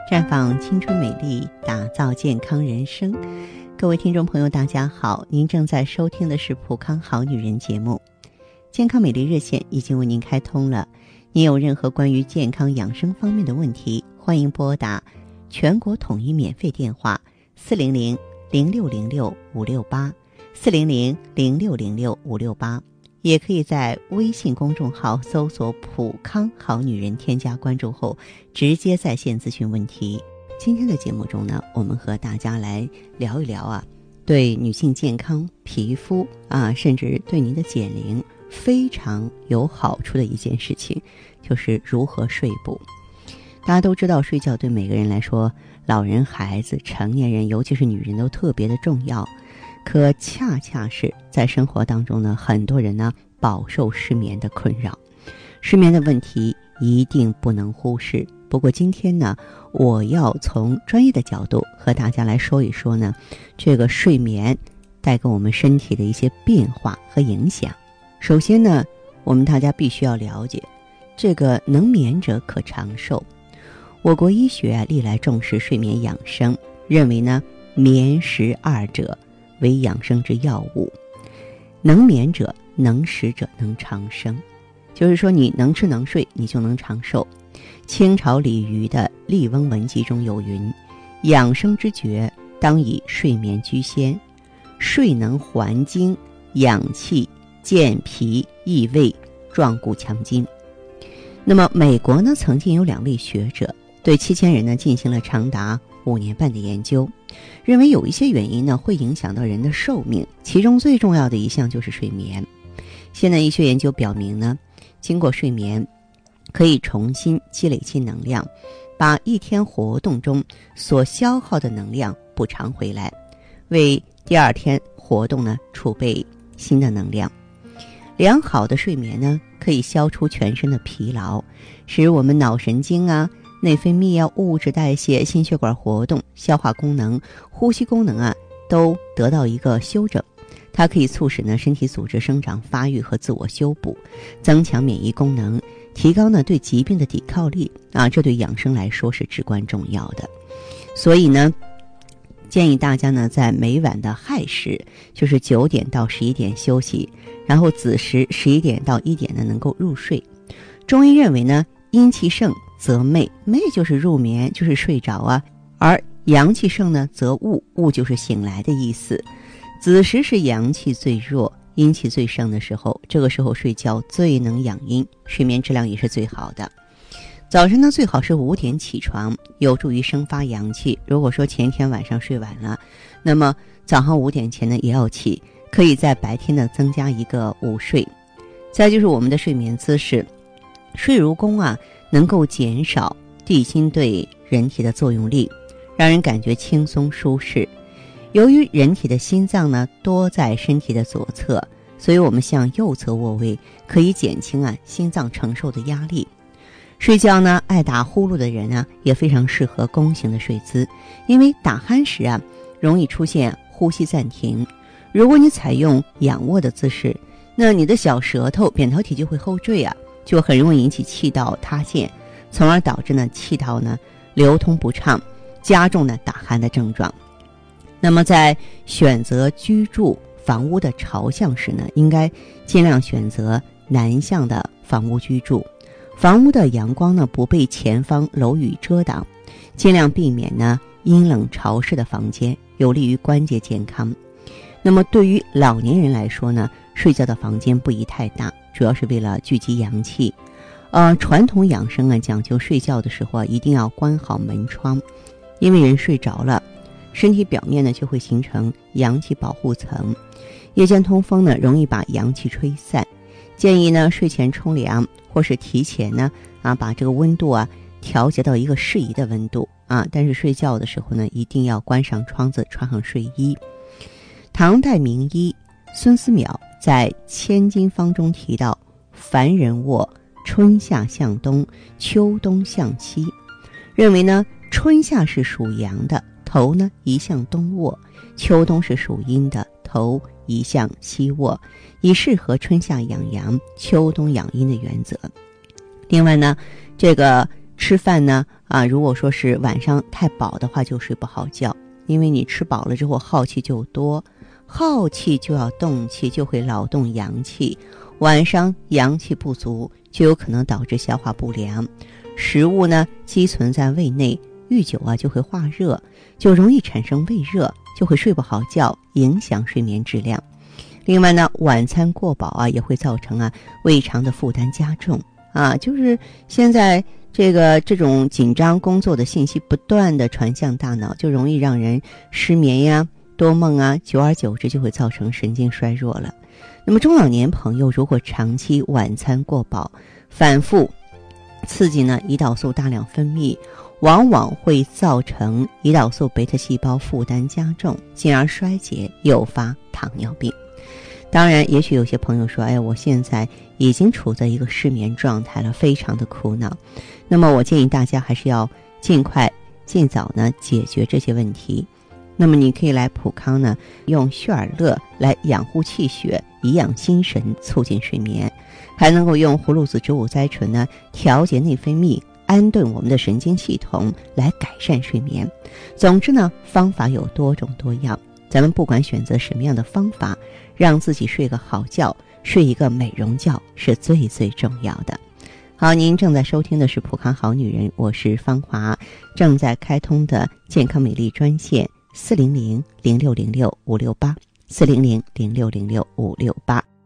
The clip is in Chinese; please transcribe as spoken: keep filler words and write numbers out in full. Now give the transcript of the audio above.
绽放青春美丽，打造健康人生。各位听众朋友大家好，您正在收听的是普康好女人节目。健康美丽热线已经为您开通了，您有任何关于健康养生方面的问题，欢迎拨打全国统一免费电话四零零零六零六五六八 四零零零六零六五六八，也可以在微信公众号搜索普康好女人，添加关注后直接在线咨询问题。今天的节目中呢，我们和大家来聊一聊啊，对女性健康、皮肤啊，甚至对您的减龄非常有好处的一件事情，就是如何睡补。大家都知道，睡觉对每个人来说，老人、孩子、成年人，尤其是女人都特别的重要。可恰恰是在生活当中呢，很多人呢饱受失眠的困扰，失眠的问题一定不能忽视。不过今天呢，我要从专业的角度和大家来说一说呢，这个睡眠带给我们身体的一些变化和影响。首先呢，我们大家必须要了解，这个能眠者可长寿。我国医学啊历来重视睡眠养生，认为呢眠食二者为养生之要务。能眠者、能食者能长生，就是说你能吃能睡，你就能长寿。清朝李渔的《笠翁文集》中有云：养生之诀，当以睡眠居先。睡能还精、养气、健脾、益胃、壮骨强筋。那么美国呢，曾经有两位学者对七千人呢进行了长达五年半的研究，认为有一些原因呢会影响到人的寿命，其中最重要的一项就是睡眠。现代医学研究表明呢，经过睡眠可以重新积累起能量，把一天活动中所消耗的能量补偿回来，为第二天活动呢储备新的能量。良好的睡眠呢可以消除全身的疲劳，使我们脑神经啊、内分泌啊、物质代谢、心血管活动、消化功能、呼吸功能啊都得到一个修整。它可以促使呢身体组织生长发育和自我修补，增强免疫功能，提高呢对疾病的抵抗力啊，这对养生来说是至关重要的。所以呢，建议大家呢在每晚的亥时，就是九点到十一点休息，然后子时十一点到一点呢能够入睡。中医认为呢，阴气盛则寐，寐就是入眠，就是睡着啊；而阳气盛呢则寤，寤就是醒来的意思。子时是阳气最弱、阴气最盛的时候，这个时候睡觉最能养阴，睡眠质量也是最好的。早晨呢，最好是五点起床，有助于生发阳气。如果说前天晚上睡晚了，那么早上五点前呢也要起，可以在白天呢增加一个午睡。再就是我们的睡眠姿势，睡如弓啊，能够减少地心对人体的作用力，让人感觉轻松舒适。由于人体的心脏呢多在身体的左侧，所以我们向右侧卧位，可以减轻啊心脏承受的压力。睡觉呢爱打呼噜的人啊也非常适合弓形的睡姿，因为打鼾时啊容易出现呼吸暂停。如果你采用仰卧的姿势，那你的小舌头扁桃体就会后坠啊，就很容易引起气道塌陷，从而导致呢气道呢流通不畅，加重呢打鼾的症状。那么在选择居住房屋的朝向时呢，应该尽量选择南向的房屋居住。房屋的阳光呢不被前方楼宇遮挡，尽量避免呢阴冷潮湿的房间，有利于关节健康。那么对于老年人来说呢，睡觉的房间不宜太大，主要是为了聚集阳气。呃，传统养生啊讲究睡觉的时候啊一定要关好门窗，因为人睡着了，身体表面呢就会形成阳气保护层，夜间通风呢容易把阳气吹散。建议呢睡前冲凉，或是提前呢啊把这个温度啊调节到一个适宜的温度啊。但是睡觉的时候呢，一定要关上窗子，穿上睡衣。唐代名医孙思邈在《千金方》中提到，凡人卧，春夏向东，秋冬向西，认为呢春夏是属阳的，头呢移向东卧；秋冬是属阴的，头移向西卧，以适合春夏养阳、秋冬养阴的原则。另外呢，这个吃饭呢啊，如果说是晚上太饱的话，就睡不好觉，因为你吃饱了之后耗气就多，耗气就要动气，就会劳动阳气，晚上阳气不足，就有可能导致消化不良。食物呢积存在胃内，遇久啊就会化热，就容易产生胃热，就会睡不好觉，影响睡眠质量。另外呢，晚餐过饱啊，也会造成啊胃肠的负担加重啊。就是现在这个这种紧张工作的信息不断的传向大脑，就容易让人失眠呀、多梦啊，久而久之就会造成神经衰弱了。那么中老年朋友如果长期晚餐过饱，反复刺激呢胰岛素大量分泌，往往会造成胰岛素贝塔细胞负担加重，进而衰竭，诱发糖尿病。当然，也许有些朋友说，哎，我现在已经处在一个失眠状态了，非常的苦恼。那么我建议大家还是要尽快尽早呢解决这些问题。那么你可以来普康呢，用血尔乐来养护气血，颐养心神，促进睡眠，还能够用葫芦籽植物甾醇呢调节内分泌，安顿我们的神经系统，来改善睡眠。总之呢，方法有多种多样，咱们不管选择什么样的方法，让自己睡个好觉，睡一个美容觉是最最重要的。好，您正在收听的是普康好女人，我是芳华，正在开通的健康美丽专线四零零零六零六五六八，四零零零六零六五六八。